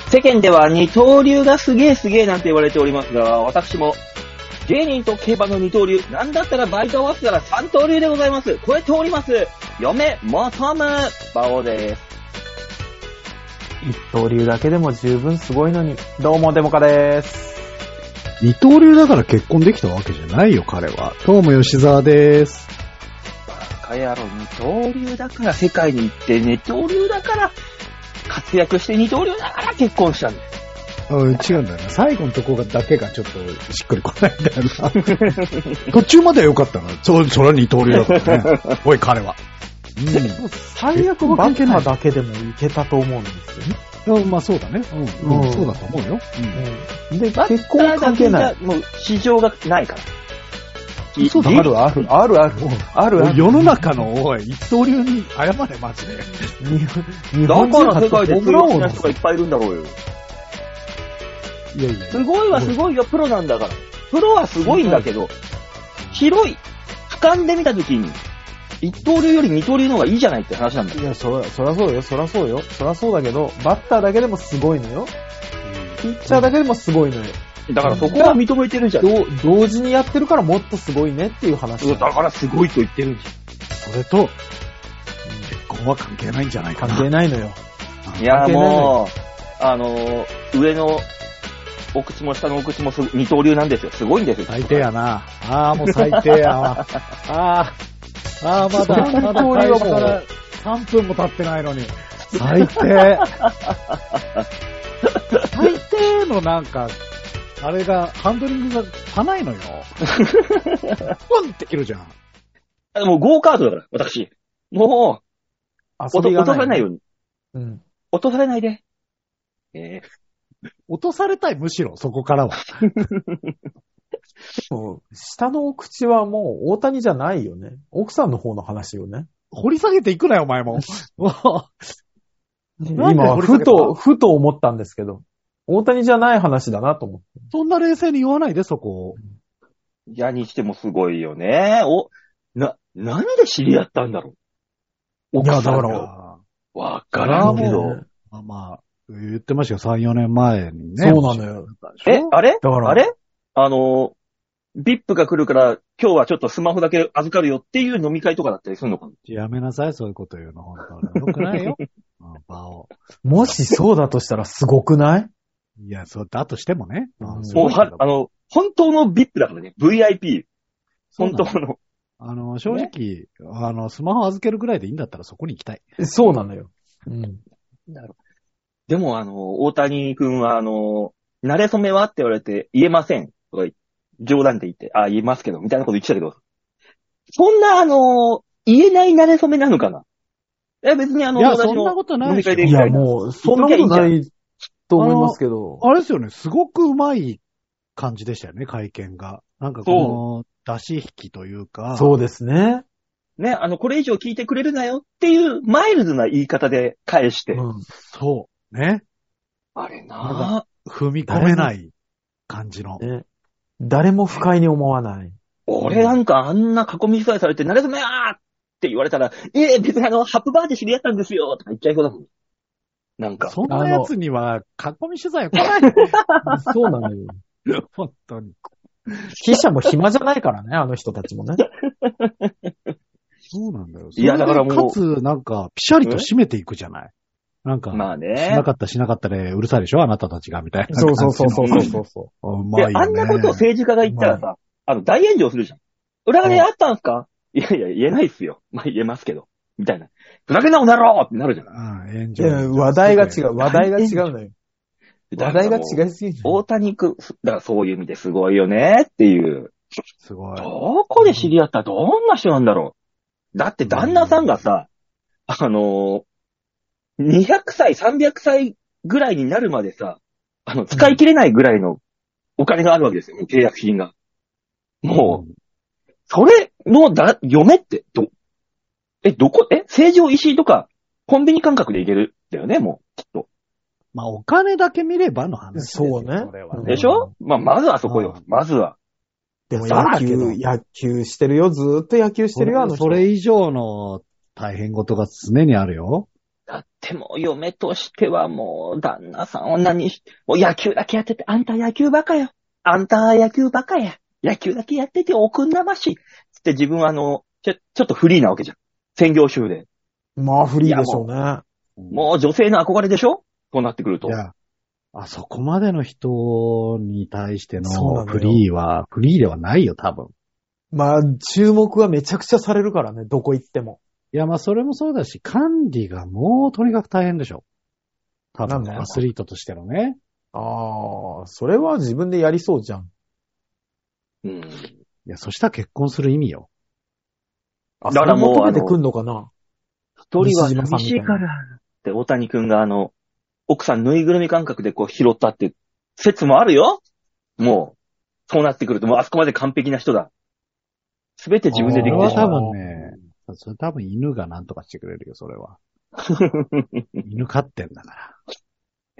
世間では二刀流がすげえなんて言われておりますが、私も芸人と競馬の二刀流、なんだったらバイト合わせたら三刀流でございます。超えております。嫁求む馬王です。 一刀流だけでも十分すごいのに。どうもデモカです。 二刀流だから結婚できたわけじゃないよ、彼は。どうも吉沢です。 バカ野郎、二刀流だから世界に行って、二刀流だから活躍して、二刀流だから結婚したんだよ。 違うんだよな。最後のとこだけがちょっとしっくりこないんだよな。途中までは良かったな。それは二刀流だからね。おい、彼は。 最悪バッターだけでもいけたと思うんですよね。 まあそうだね。そうだと思うよ。 で、結婚は関係ない。 もう市場がないから。 そうだ、ある。 世の中の、おい、一刀流に謝れ、マジで。 だから世界でプロの人がいっぱいいるんだろうよ。 いやいや。 すごいはすごいよ、プロなんだから。プロはすごいんだけど、広い、俯瞰で見たときに、一刀流より二刀流の方がいいじゃないって話なんだよ。 いや、そらそうだけど、バッターだけでもすごいのよ。ピッチャーだけでもすごいのよ。 だからそこは認めてるじゃん。 同時にやってるからもっとすごいねっていう話。 だからすごいと言ってるんじゃん。それと、結婚は関係ないんじゃないかな。 関係ないのよ。 いや、もう、上のお口も下のお口も二刀流なんですよ。すごいんですよ。 最低やな。もう最低やわ。まだ会話から3分も経ってないのに。最低。最低のなんか、あれが、ハンドリングが足ないのよ。ポンって切るじゃん。 もうゴーカートだから、私。もう、落とされないように。落とされないで。 落とされたい、むしろ、そこからは。 下のお口はもう大谷じゃないよね。奥さんの方の話よね。 掘り下げていくなよ、お前も。 今、ふと思ったんですけど、大谷じゃない話だなと思って。 そんな冷静に言わないで、そこを。 いや、にしてもすごいよね。何で知り合ったんだろう。 いや、だから、 わからんけど。 まあ、言ってましたよ、3、4年前にね。 そうなのよ。 あれVIP が来るから、今日はちょっとスマホだけ預かるよっていう飲み会とかだったりするのかな。 やめなさい、そういうこと言うの、本当に。よくないよ。 もしそうだとしたらすごくない？ いや、そうだとしてもね。 もう本当の VIP だからね。VIP。本当の。 正直、スマホ預けるぐらいでいいんだったらそこに行きたい。 そうなのよ。 でも、大谷くんは、慣れ初めはって言われて、言えません。とか冗談で言って、言えますけど、みたいなこと言ってたけど、そんな、言えない慣れ初めなのかな？別にいや、そんなことないでしょ。 いや、もう、そんなことないと思いますけど。 あれですよね、すごくうまい感じでしたよね、会見が。なんかこの、出し引きというか。 そうですね。 ね、これ以上聞いてくれるなよっていうマイルドな言い方で返して。 そう。ね。 あれなぁ。踏み込めない感じの。 誰も不快に思わない。 俺なんかあんな囲み取材されて、慣れ初めって言われたら、別にハップバーで知り合ったんですよとか言っちゃいそうだもん。なんか。 そんなやつには囲み取材来ない。 そうなのよ。 本当に。 記者も暇じゃないからね、あの人たちもね。 そうなんだよ。 いや、だからもう。 かつ、なんか、ピシャリと締めていくじゃない。なんか、 まあね。 しなかったでうるさいでしょあなたたちが、みたいな。 そう。 うまいよね。 あんなことを政治家が言ったらさ、大炎上するじゃん。裏金あったんすか？いや、言えないっすよ。まあ言えますけど。みたいな。ふざけんなこの野郎ってなるじゃん。 炎上。話題が違うのよ。話題が違いすぎる。 大谷くん、だからそういう意味ですごいよねっていう。 すごい。 どこで知り合ったどんな人なんだろう。だって旦那さんがさ、200歳、300歳ぐらいになるまでさ、使い切れないぐらいのお金があるわけですよ、契約金が。もう、それの嫁って、成城石井とか、コンビニ感覚でいけるんだよね、もう、きっと。 まあ、お金だけ見ればの話ですよ。 そうね。 でしょ？まあ、まずはそこよ、まずは。 でも野球してるよ、ずーっと野球してるよ、 それ以上の大変事が常にあるよ。 だってもう嫁としてはもう旦那さんはもう野球だけやってて、あんた野球バカよ。あんた野球バカや。野球だけやってておくんなまし。つって自分はちょっとフリーなわけじゃん。専業主婦で。 まあ、フリーでしょうね。 もう女性の憧れでしょこうなってくると。 いや、あそこまでの人に対してのそうなのよフリーではないよ、多分。 まあ、注目はめちゃくちゃされるからね、どこ行っても。 いや、まあ、それもそうだし、管理がもうとにかく大変でしょ。多分ね、 なんだアスリートとしてのね。 ああ、それは自分でやりそうじゃん。 うん。 いや、そしたら結婚する意味よ。 あ、 だからもうそれ求めてくんのかな。 一人は寂しいからって大谷くんが奥さんぬいぐるみ感覚でこう拾ったって説もあるよ。もう、そうなってくるともうあそこまで完璧な人だ。すべて自分でできてしまう。 それは多分ね、それ多分犬が何とかしてくれるよ、それは。犬飼ってんだから。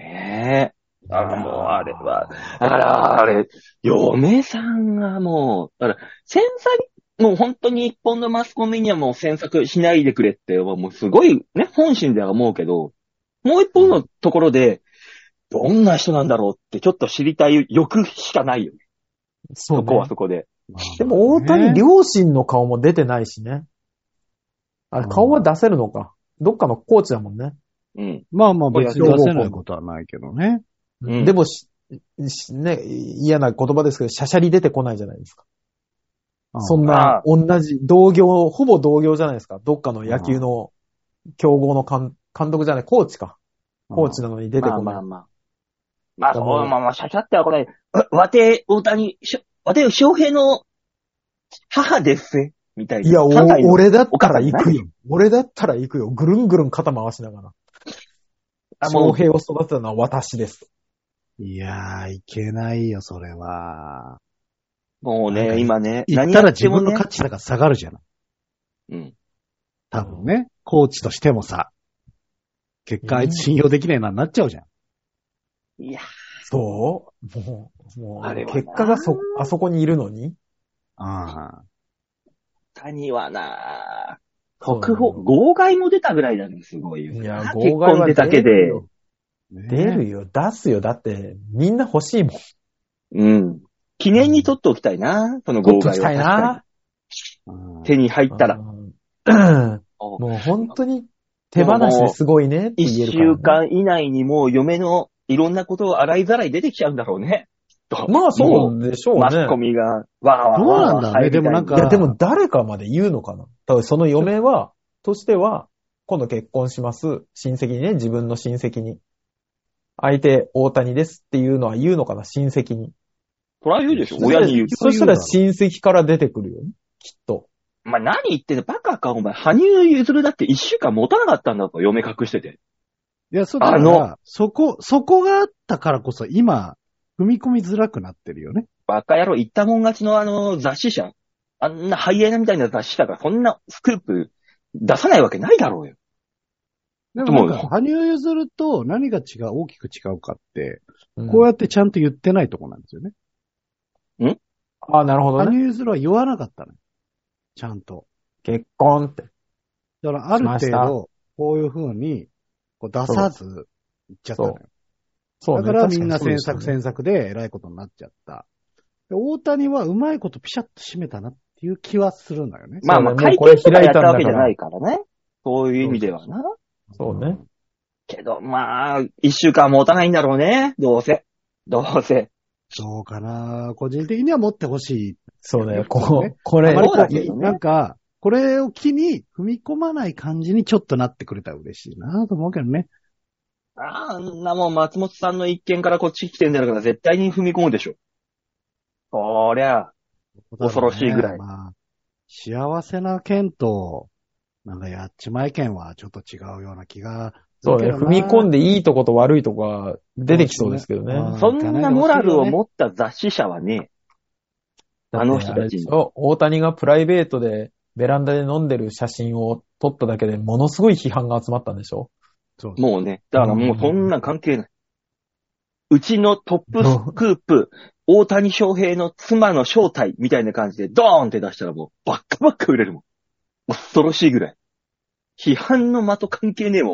ねえ。もうあれは。だから、あれ、嫁さんがもう、だから、詮索、もう本当に一本のマスコミにはもう詮索しないでくれって、もうすごいね、本心では思うけど、もう一本のところで、どんな人なんだろうってちょっと知りたい欲しかないよね。 そうねそこはそこで。 でも大谷両親の顔も出てないしね。あれ、顔は出せるのか。どっかのコーチだもんね。 うん。 まあまあ別に出せないことはないけどね。 うんでもね、嫌な言葉ですけど、シャシャリ出てこないじゃないですか。そんな、同じ、ほぼ同業じゃないですか。どっかの野球の競合の監督じゃない、コーチか。コーチなのに出てこない。 まあ。まあ、そう、まあ、シャシャってはこれ、わて、翔平の母ですぜ、みたいな。 いや、俺だったらお母さん行くよ。俺だったら行くよ。ぐるんぐるん肩回しながら。翔平を育てたのは私です。 いやー、いけないよ、それは。 もうね、今ね、 言ったら自分の価値が下がるじゃない。 うん。 多分ね、コーチとしてもさ、結果あいつ信用できねえなになっちゃうじゃん。 いや。 そうもう、 あれは結果があそこにいるのにああ。 谷はな号外も出たぐらいだね、すごいよ。 いや、 結婚出たけで。 出るよ、出すよ。だって、みんな欲しいもん。 うん。記念に取っておきたいな、その号外を。 取っておきたいな。 手に入ったら。 もう本当に手放しですごいねって言えるから、ね。 1週間以内にもう嫁のいろんなことを洗いざらい出てきちゃうんだろうね。 まあそうでしょうね。 マスコミが、わーわーわー。 どうなんだろうね、でもなんか。 いや、でも誰かまで言うのかな。多分その嫁は、としては、今度結婚します。親戚にね、自分の親戚に。相手、大谷ですっていうのは言うのかな、親戚に。 それは言うでしょ、親に言う。 そしたら親戚から出てくるよね、きっと。 まあ、何言ってんの、バカか、お前。羽生結弦だって1週間持たなかったんだと、嫁隠してて。 いや、そうだからそこがあったからこそ今、踏み込みづらくなってるよね。 バカ野郎、言ったもん勝ちの雑誌社。あんなハイエナみたいな雑誌社がそんなスクープ出さないわけないだろうよ。 でもなんか、羽生結弦と何が大きく違うかって、こうやってちゃんと言ってないとこなんですよね。 あ、なるほどね。 羽生結弦は言わなかったの。ちゃんと。 結婚って。 だからある程度、こういう風に出さず言っちゃったのよ。 そうね。 だからみんな詮索で偉いことになっちゃった。大谷はうまいことピシャッと締めたなっていう気はするのよね。 まあまあ、会見とかやったわけじゃないからね。そういう意味ではな。 そうね。 けど、まあ、1週間持たないんだろうね。どうせ。 そうかな。個人的には持ってほしい。 そうね。これ、 なんか、これを機に踏み込まない感じにちょっとなってくれたら嬉しいなと思うけどね。 あんなもん松本さんの一件からこっち来てんだから絶対に踏み込むでしょ。そりゃ、恐ろしいぐらい。 まあ、幸せな件と、なんかやっちまい件はちょっと違うような気が。 そうね。踏み込んでいいとこと悪いとこが出てきそうですけどね。 そんなモラルを持った雑誌社はね、あの人たちに。 大谷がプライベートでベランダで飲んでる写真を撮っただけでものすごい批判が集まったんでしょ？ もうね、だからもうそんな関係ない。うちのトップスクープ、大谷翔平の妻の正体みたいな感じでドーンって出したらもうバッカバッカ売れるもん。恐ろしいぐらい。批判の的関係ねえもん、もう。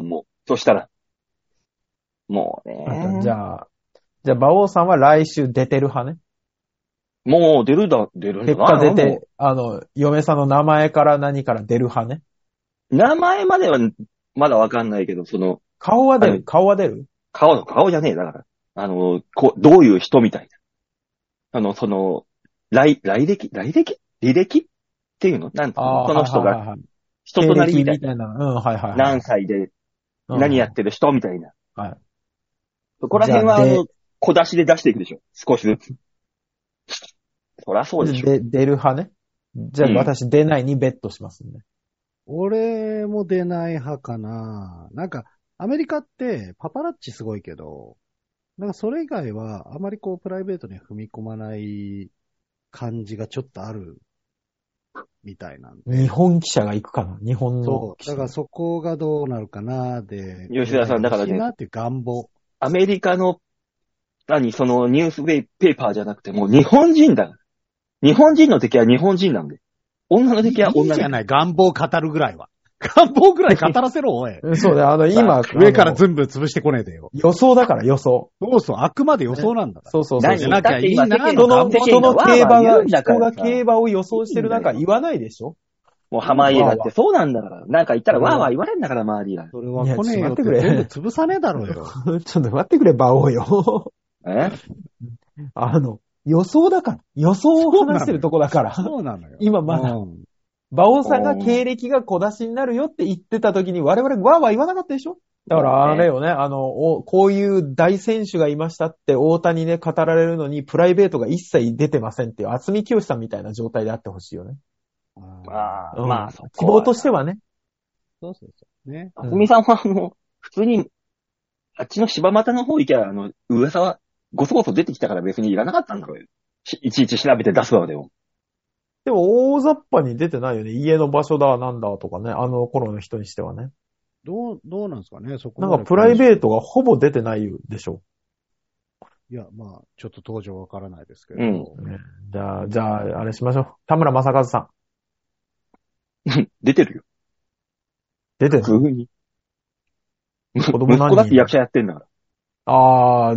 そしたら。もうね。 じゃあ、馬王さんは来週出てる派ね。 もう出るんじゃ結ないの？ 果出て、嫁さんの名前から何から出る派ね。 名前まではまだわかんないけど、 顔は出る顔じゃねえ、だから。どういう人みたいな。履歴っていうのなんていうのその人が、人となりみたいな。 はいはい。 何歳で、何やってる人みたいな。 はい。 そこら辺は、小出しで出していくでしょ。少しずつ。そりゃそうでしょ。 出る派ね。じゃあ私出ないにベットしますね。 俺も出ない派かな。なんか、アメリカってパパラッチすごいけど、なんかそれ以外はあまりこうプライベートに踏み込まない感じがちょっとあるみたいなんで。 日本記者が行くかな日本の。 そう。だからそこがどうなるかなで。 吉田さん、だからね。 なっていう願望。 アメリカの、そのニュースペーパーじゃなくてもう日本人だ。日本人の敵は日本人なんで。女の敵は女の敵。 いいじゃない、願望語るぐらいは。願望ぐらい語らせろ、おい。 そうだ、今、 上から全部潰してこねえでよ。 予想だから、予想。 そうそう、あくまで予想なんだから。 そう。 何なきゃいいな、 人が競馬を予想してる中言わないでしょもう濱家だってそうなんだから。なんか言ったらわーわー言われんだから、周りが。 それは来ねえよって全部潰さねえだろうよ。 ちょっと待ってくれ、馬王よ。予想だから。予想を話してるとこだから。 そうなのよ。 今まだ。馬王さんが経歴が小出しになるよって言ってた時に我々わーわー言わなかったでしょだからあれよね、こういう大選手がいましたって大谷ね語られるのにプライベートが一切出てませんっていう渥美清さんみたいな状態であってほしいよね。 まあ、 希望としてはね。 そう。ね。 渥美さんは普通に、あっちの柴又の方行きゃ、噂はごそごそ出てきたから別にいらなかったんだろうよ。いちいち調べて出すわでも。 でも大雑把に出てないよね。家の場所だ、なんだとかね。あの頃の人にしてはね。 どうなんですかね、そこ。 なんかプライベートがほぼ出てないでしょ。 いや、まあ、ちょっと登場わからないですけど。 ね、じゃあ、あれしましょう。田村正和さん。出てるよ。 出てる。 普通に。息子だって役者やってんだから。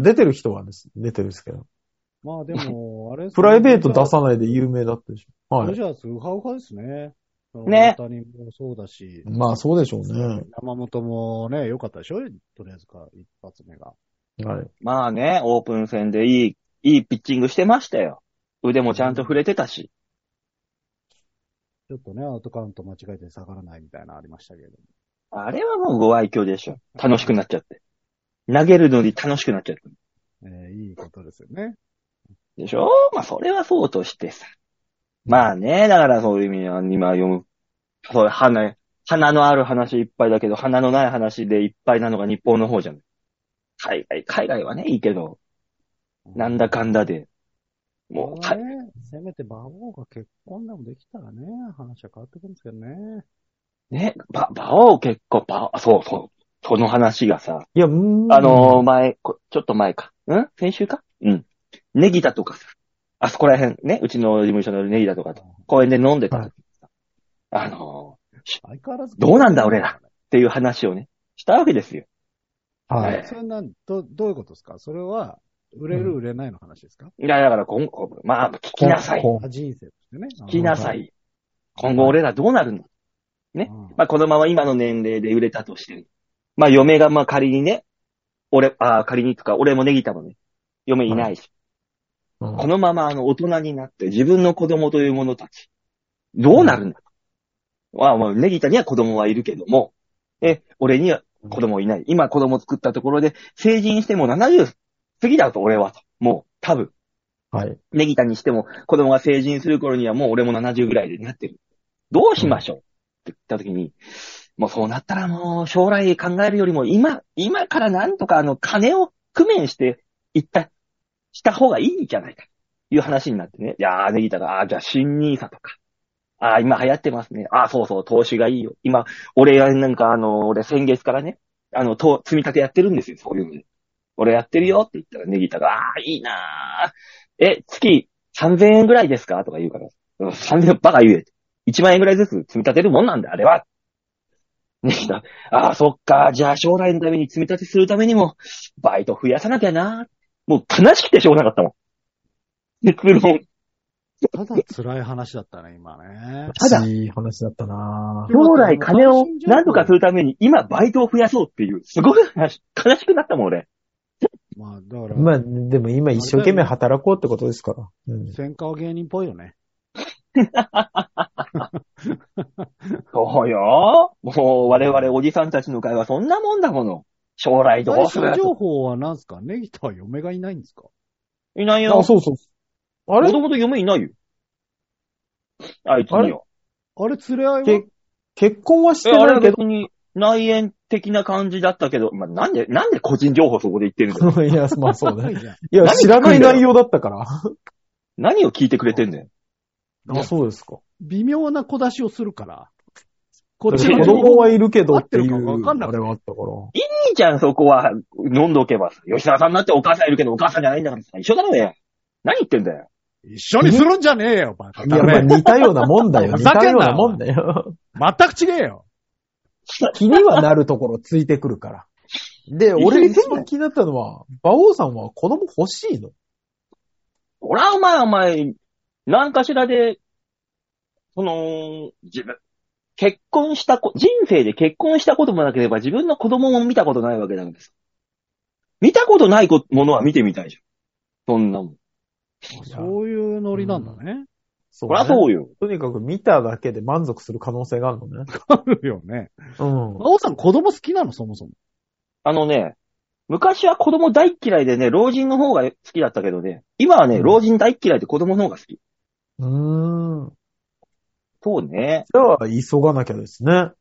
出てる人は出てるんですけど。 まあでも、あれ、 プライベート出さないで有名だったでしょ。 はい。じゃあ、ウハウハですね。 ね。 大谷もそうだし。 まあそうでしょうね。 山本もね、良かったでしょとりあえず一発目が。 はい。 まあね、オープン戦でいいピッチングしてましたよ。腕もちゃんと触れてたし。 ちょっとね、アウトカウント間違えて下がらないみたいなのありましたけど。 あれはもうご愛嬌でしょ。楽しくなっちゃって。投げるのに楽しくなっちゃって。 いいことですよね。 でしょ？まあそれはそうとしてさ。まあね、だからそういう意味では今読む、そういう花のある話いっぱいだけど、花のない話でいっぱいなのが日本の方じゃん。海外はね、いいけど、なんだかんだで。もう、 せめて馬王が結婚でもできたらね、話は変わってくるんですけどね。 ね、馬王結構、そう、その話がさ、 いや、 ちょっと前か。先週かネギだとかさ、あそこら辺ね、うちの事務所のネギだとかと、公園で飲んでた時にさ、 相変わらずどうなんだ俺らっていう話をね、したわけですよ。 はい。 それどういうことですか？それは、売れる売れないの話ですか？ いや、だからまあ、聞きなさい。 人生としてね。 聞きなさい。今後俺らどうなるのね。まあ、このまま今の年齢で売れたとして、まあ、嫁が仮にね、仮にとか、俺もネギタもね、嫁いないし。このまま大人になって自分の子供という者たち、どうなるんだまあ、ネギタには子供はいるけども、俺には子供いない。今子供作ったところで、成人しても70過ぎだと俺はと。もう、多分。 はい。 ネギタにしても子供が成人する頃にはもう俺も70ぐらいでなってる。どうしましょうって言った時に、もうそうなったらもう将来考えるよりも今からなんとか金を工面してした方がいいんじゃないかという話になってね。いやー、ネギタが、じゃあ新ニーサとか。今流行ってますね。そうそう、投資がいいよ。今、俺先月からね、積み立てやってるんですよ、そういうので。俺やってるよって言ったらネギタが、いいなー。月3000円ぐらいですかとか言うから。3000円バカ言え。1万円ぐらいずつ積み立てるもんなんだ、あれは。 ね、ああ、そっか。じゃあ将来のために積み立てするためにも、バイト増やさなきゃな。もう悲しくてしょうがなかったもん。結論。 ただ辛い話だったね、今ね。 ただいい話だったなぁ。 将来金を何とかするために今バイトを増やそうっていう、すごい話、悲しくなったもん俺。 まあ、だから、 まあ、でも今一生懸命働こうってことですから。 戦火は芸人っぽいよね。 そうよ。もう我々おじさんたちの会はそんなもんだもの。将来どうする最新情報は何すか？ネギタは嫁がいないんですか？ いないよ。 あ、そうそう。あれもともと嫁いないよ。あいつによ。 あれ、連れ合いは結婚はしてあれないけは別に内縁的な感じだったけど、まあ、なんで個人情報そこで言ってるんだよ。 ど。いや、まあそうね。 じゃん。 いや、知らない内容だったから。 何を聞いてくれてんだよ。 あ、そうですか。 微妙な小出しをするから。こ子っちの供はいるけどってい合ってるかう、 分かんなくてあれはあったから。 いいじゃん、そこは。飲んどけばさ。吉沢さんだってお母さんいるけどお母さんじゃないんだからさ。一緒だろうよ。何言ってんだよ。 一緒にするんじゃねえよ、バカ。 いや、まあ似たようなもんだよ。似ふざけんなたようなもんだよ。 全く違えよ。 気にはなるところついてくるから。で、俺一番気になったのは、馬王さんは子供欲しいの？ ほら、お前、何かしらで、自分、人生で結婚したこともなければ自分の子供も見たことないわけなんです。見たことないものは見てみたいじゃん。そんなもん。 そういうノリなんだね。 そりゃそうよ。 とにかく見ただけで満足する可能性があるのね。 あるよね。 うん。 馬王さん子供好きなの、そもそも。 昔は子供大嫌いでね、老人の方が好きだったけどね、今はね、老人大嫌いで子供の方が好き。そうね。 じゃあ、急がなきゃですね。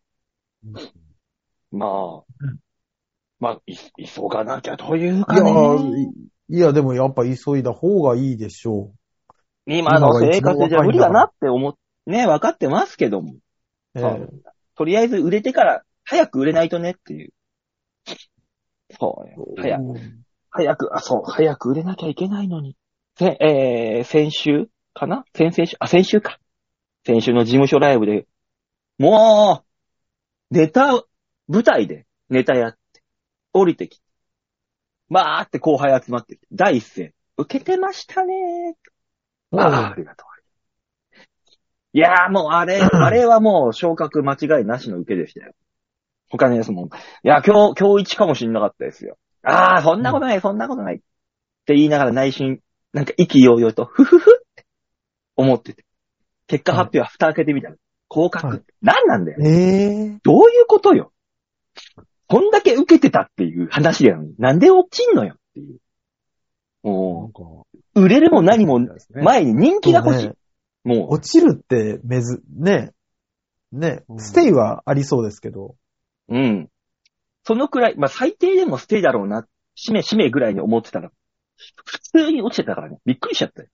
まあ、急がなきゃというかね。 いや、でもやっぱ急いだ方がいいでしょ今の生活じゃ無理だなって分かってますけども。 う。 とりあえず売れてから早く売れないとねっていう。そうよ。早く売れなきゃいけないのに。先週かな？先週か。先週の事務所ライブで、もう、舞台でネタやって、降りてきて、まーって後輩集まってきて、第一声、受けてましたねー。ありがとう。いやーもうあれはもう昇格間違いなしの受けでしたよ。他のやつも、いや、今日一かもしんなかったですよ。そんなことない、そんなことない。って言いながら内心、なんか意気揚々と、ふふふって思ってて。結果発表は蓋開けてみたら、降格。何なんだよ。どういうことよ。こんだけ受けてたっていう話なのに、なんで落ちんのよっていう。もう、売れるも何も前に人気が欲しい。もう。 落ちるってね、ステイはありそうですけど。 うん。そのくらい、まあ最低でもステイだろうな、使命ぐらいに思ってたら、普通に落ちてたからね、びっくりしちゃったよ。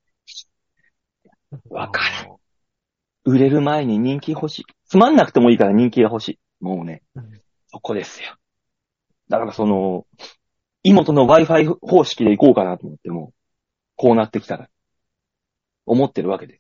わかる。売れる前に人気欲しい。つまんなくてもいいから人気が欲しい。もうね、そこですよ。だから妹の Wi-Fi 方式で行こうかなと思っても、こうなってきたら、思ってるわけです。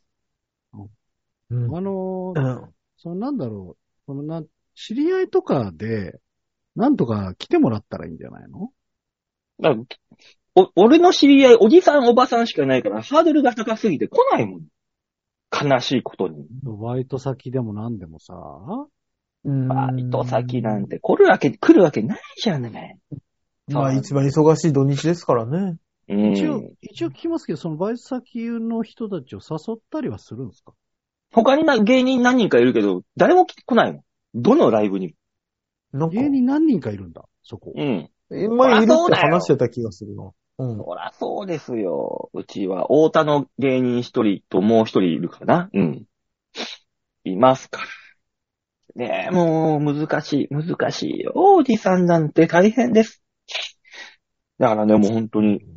なんだろう、知り合いとかで、なんとか来てもらったらいいんじゃないの？ だから俺の知り合い、おじさんおばさんしかいないから、ハードルが高すぎて来ないもん。悲しいことに。 バイト先でも何でもさ。 バイト先なんて来るわけないじゃんね。 まあ一番忙しい土日ですからね。 一応聞きますけど、そのバイト先の人たちを誘ったりはするんですか？ 他に芸人何人かいるけど、誰も来ないもん。どのライブにも。芸人何人かいるんだ、そこ。 前いるって話してた気がするな。 そらそうですよ。うちは、太田の芸人一人ともう一人いるかな。いますから。ねえ、もう、難しいよ。おじさんなんて大変です。だからね、もう本当に、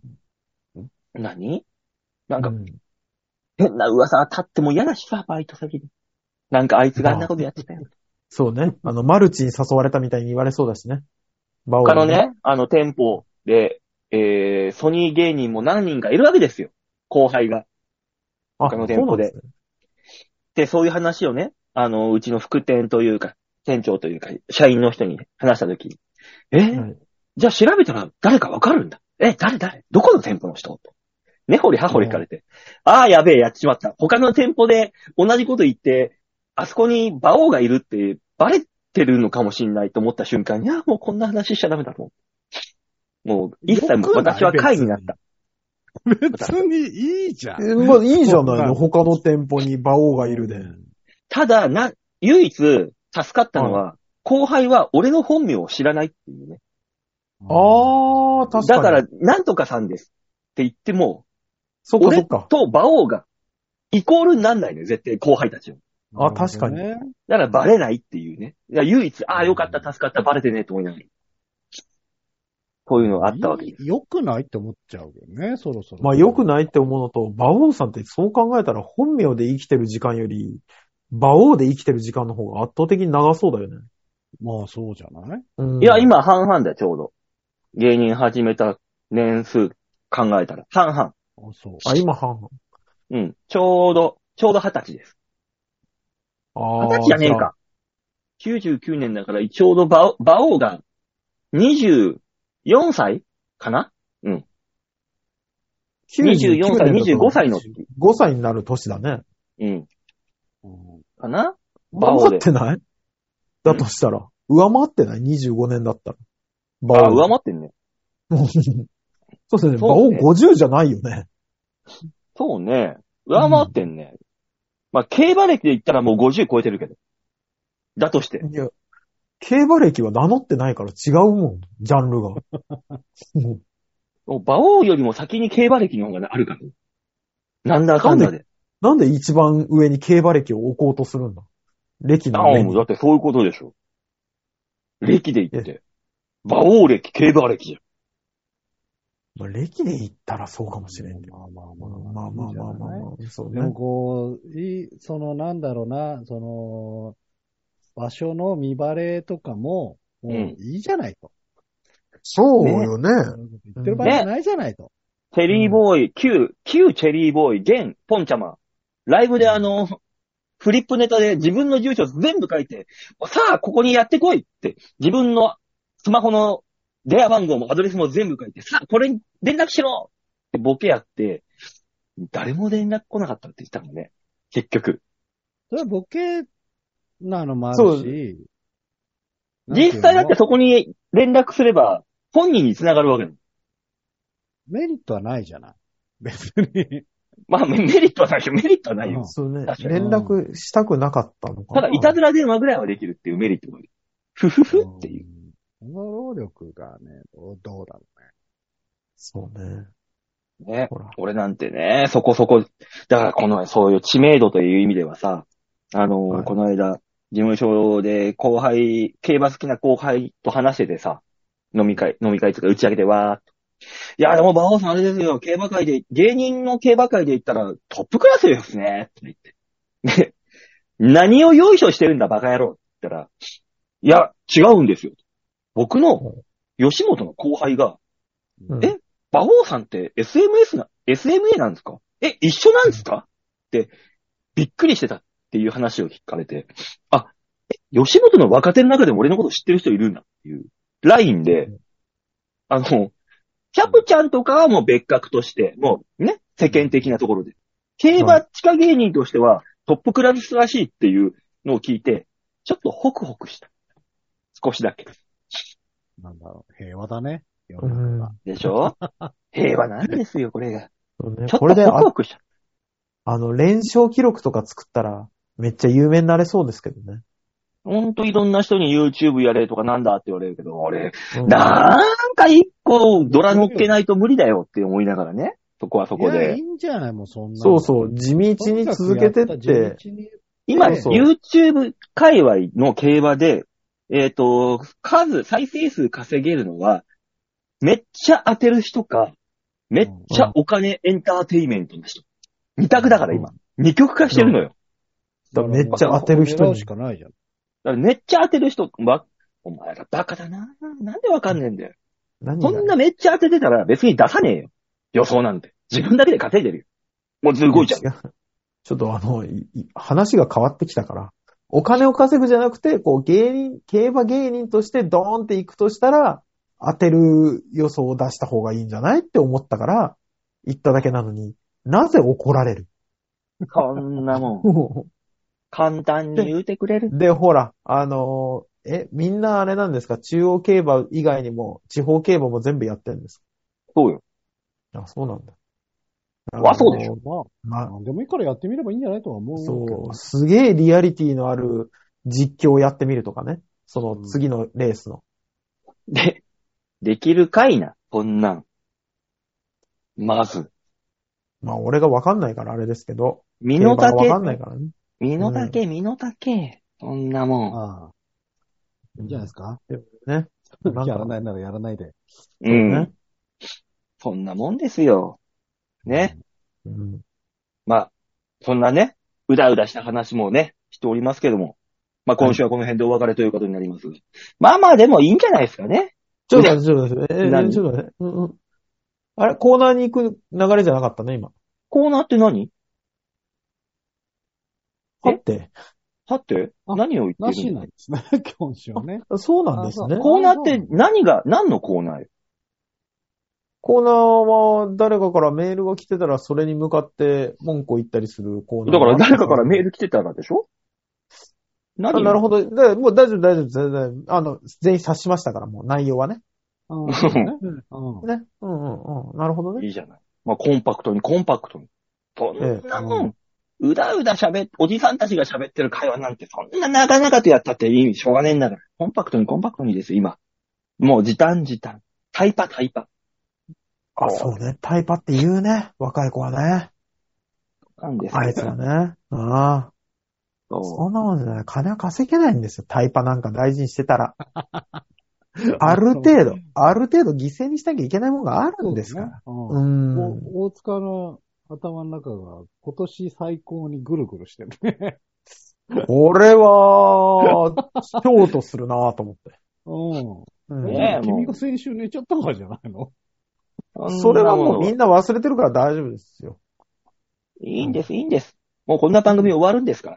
なんか、変な噂が立っても嫌だしさ、バイト先で。なんかあいつがあんなことやってたよ。 そうね。マルチに誘われたみたいに言われそうだしね。 他のね、店舗で、ソニー芸人も何人かいるわけですよ。後輩が。他の店舗で。で、そういう話をね、うちの副店というか、 店長というか、社員の人に話したときに、 はい。 じゃあ調べたら誰かわかるんだ。誰どこの店舗の人と。根掘り葉掘り聞かれて。ああ、やべえ、やっちまった。他の店舗で同じこと言って、あそこに馬王がいるってバレてるのかもしんないと思った瞬間に、もうこんな話しちゃダメだと思う。もう、一切も私は会になった。 別にいいじゃん。 まあ、いいじゃないの。他の店舗に馬王がいるで。 ただ、唯一助かったのは、後輩は俺の本名を知らないっていうね。 ああ、確かに。 だから、なんとかさんですって言っても、俺そっかそっか。 と馬王がイコールになんないのよ、絶対後輩たちは。 あ、確かに。 ね。 だからバレないっていうね。唯一、よかった、助かった、バレてねえと思いながら。こういうのがあったわけです。 良くないって思っちゃうけどね、そろそろ。 まあ良くないって思うのと、馬王さんってそう考えたら本名で生きてる時間より、馬王で生きてる時間の方が圧倒的に長そうだよね。 まあそうじゃない、 うん、 いや、今半々だよ、ちょうど。芸人始めた年数考えたら。半々。 あ、そう。 あ、今半々。 うん。ちょうど20歳です。 ああ。 20歳じゃねえか。99年だから、ちょうど馬王が24歳かなうん。24歳、25歳の時。 5歳になる年だね。 うん。 うん、 かな馬王で。上回ってないだとしたら。上回ってない ?25 年だったら。 上回ってんね。 そうですね。馬王50じゃないよね。 そうね。上回ってんね。まあ、競馬歴で言ったらもう50超えてるけど。だとして。 いや、競馬歴は名乗ってないから違うもん。ジャンルが。 馬王よりも先に競馬歴の方があるから。なんだかんだで。 なんで一番上に競馬歴を置こうとするんだ歴の上に。 だってそういうことでしょ。歴で言って。馬王歴、競馬歴じゃん。 まあ、歴で言ったらそうかもしれんけど。 まあ。 そうね。 でもこう、なんだろうな、場所の見バレとかも、もういいじゃないと。 そうよね。 言ってる場合じゃないじゃないと。 チェリーボーイ、旧チェリーボーイ、現、ポンちゃま。ライブでフリップネタで自分の住所全部書いて、さあ、ここにやってこいって、自分のスマホの電話番号もアドレスも全部書いて、さあ、これに連絡しろってボケやって、誰も連絡来なかったって言ったのね。結局。 それはボケなのもあるし。 実際だってそこに連絡すれば、本人に繋がるわけだ。 メリットはないじゃない。別に。 まあ、メリットはないよ。メリットはないよ。 そうね。連絡したくなかったのかな。 ただ、いたずら電話ぐらいはできるっていうメリットがある。ふふふっていう。 この労力がね、どうだろうね。 そうね。 ね。俺なんてね、そこそこ、だからそういう知名度という意味ではさ、この間、事務所で競馬好きな後輩と話しててさ、飲み会とか打ち上げてわーっと。いや、でも馬王さんあれですよ、芸人の競馬界で言ったらトップクラスですね、って言って。で、何を用意してるんだ、バカ野郎って言ったら、いや、違うんですよ。僕の吉本の後輩が、馬王さんって SMA なんですか一緒なんですかって、びっくりしてたっていう話を聞かれて、吉本の若手の中でも俺のこと知ってる人いるんだっていう、ラインで、キャプちゃんとかはもう別格として、もうね、世間的なところで。競馬地下芸人としてはトップクラスらしいっていうのを聞いて、ちょっとホクホクした。少しだけ。 なんだろう、平和だね。 でしょ平和なんですよ、これが。 ね、 ちょっとホクホクした。 連勝記録とか作ったら、めっちゃ有名になれそうですけどね。 ほんといろんな人に YouTube やれとかなんだって言われるけど、俺、なんか一個ドラ乗っけないと無理だよって思いながらね。そこはそこで。 いや、いいんじゃないもうそんな。 そうそう、地道に続けてって。 今、YouTube 界隈の競馬で、再生数稼げるのは、めっちゃ当てる人か、めっちゃお金エンターテイメントの人。二択だから今。二極化してるのよ。 めっちゃ当てる人にしかないじゃん。 だからめっちゃ当てる人は、お前らバカだな。なんでわかんねえんだよ。そんなめっちゃ当ててたら別に出さねえよ。予想なんて。自分だけで稼いでるよ。もうすごいじゃん。 ちょっと話が変わってきたから、 お金を稼ぐじゃなくて、こう競馬芸人としてドーンって行くとしたら、当てる予想を出した方がいいんじゃないって思ったから、言っただけなのに、なぜ怒られる？ こんなもん。簡単に言うてくれる。 で、ほら、みんなあれなんですか？中央競馬以外にも、地方競馬も全部やってるんですか？ そうよ。 あ、そうなんだ。 そうでしょ。 まあ、でもいいからやってみればいいんじゃないとは思うけど。 そう、すげえリアリティのある実況をやってみるとかね。その次のレースの。 できるかいな、こんなん。まず。 まあ、俺がわかんないからあれですけど。 身の丈。 わかんないからね。 身の丈、身の丈。そんなもん。 ああ。いいんじゃないですか？ ね。 やらないならやらないで。 うん。そんなもんですよ。ね。 うん。 まあ、そんなね、うだうだした話もね、しておりますけども。まあ今週はこの辺でお別れということになります。まあまあでもいいんじゃないですかね。 ちょっと待って、ちょっと待って。ちょっと待って。あれ、コーナーに行く流れじゃなかったね、今。 コーナーって何？ はって何を言ってるの？ らしいなんですね、今週はね。 そうなんですね。 コーナーって何のコーナーよ？ コーナーは誰かからメールが来てたらそれに向かって文句を言ったりするコーナー。 だから誰かからメール来てたらでしょ？ なるほど。もう大丈夫。全員察しましたから、もう内容はね。 ね。 なるほどね。 いいじゃない。まあコンパクトに。そんなもん。うだうだおじさんたちが喋ってる会話なんてそんななかなかとやったっていい、しょうがねえんだから。コンパクトにですよ、今。もう時短。タイパ。 あ、そうね。タイパって言うね。若い子はね。 なんですあいつはね。ああ。そんなもんじゃない。金は稼げないんですよ。タイパなんか大事にしてたら。ある程度犠牲にしなきゃいけないものがあるんですから。 大塚の頭の中が今年最高にぐるぐるしてるね。 俺は、ショートするなぁと思って。 君が先週寝ちゃったからじゃないの？ それはもうみんな忘れてるから大丈夫ですよ。 いいんです。もうこんな番組終わるんですから。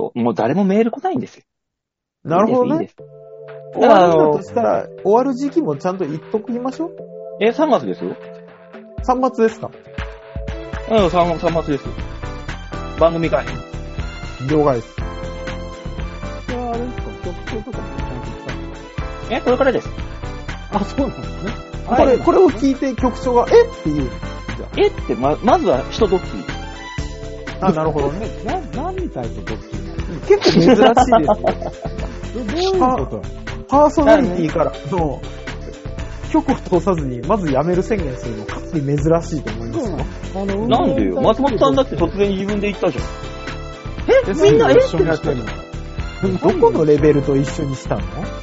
もう誰もメール来ないんですよ。 なるほどね。終わるんだとしたら、終わる時期もちゃんと言っときましょう。 3月ですよ。 3月ですか ？3月ですよ。番組会。 了解です。 これはあれですか？曲調とかもちゃんとした？ これからです。 あ、そうなんですね。 これを聞いて局長が、って言う。 ってまずは一ドッキリ。 あ、なるほどね。 何に対してドッキリなの？ 結構珍しいですよ。 どういうこと？ パーソナリティから、局を通さずに、まず辞める宣言するの、かなり珍しいと思いますよ。 なんでよ。松本さんだって突然自分で言ったじゃん。みんな一緒にしてるの？ どこのレベルと一緒にしたの？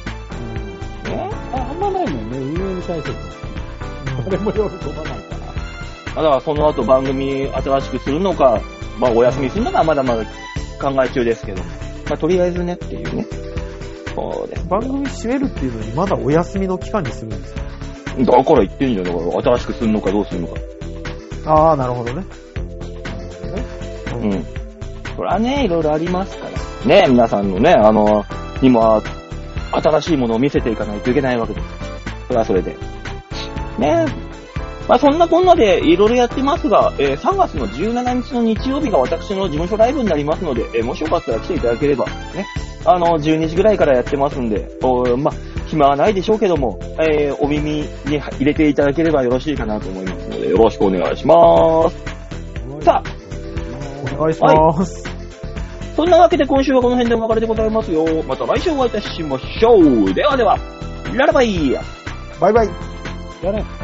あんまないもんね、運営に対して。誰も喜ばないから。 だからその後番組新しくするのか、まあお休みするのかまだまだ考え中ですけど、まあとりあえずねっていうね。そうです。 番組閉めるっていうのにまだお休みの期間にするんですか？ だから言ってんじゃん。だから新しくするのかどうするのか。 ああ、なるほどね。 これはね、いろいろありますから。ね、皆さんのね、今、新しいものを見せていかないといけないわけです。それはそれで。ね。まあそんなこんなでいろいろやってますが、3月の17日の日曜日が私の事務所ライブになりますので、もしよかったら来ていただければ、ね。12時ぐらいからやってますんで、まあ、暇はないでしょうけども、お耳に入れていただければよろしいかなと思いますので、よろしくお願いします。さあ、 お願いします。 そんなわけで今週はこの辺でお別れでございますよ。また来週お会いいたしましょう。ではでは、ララバイ。 バイバイ。 じゃあね。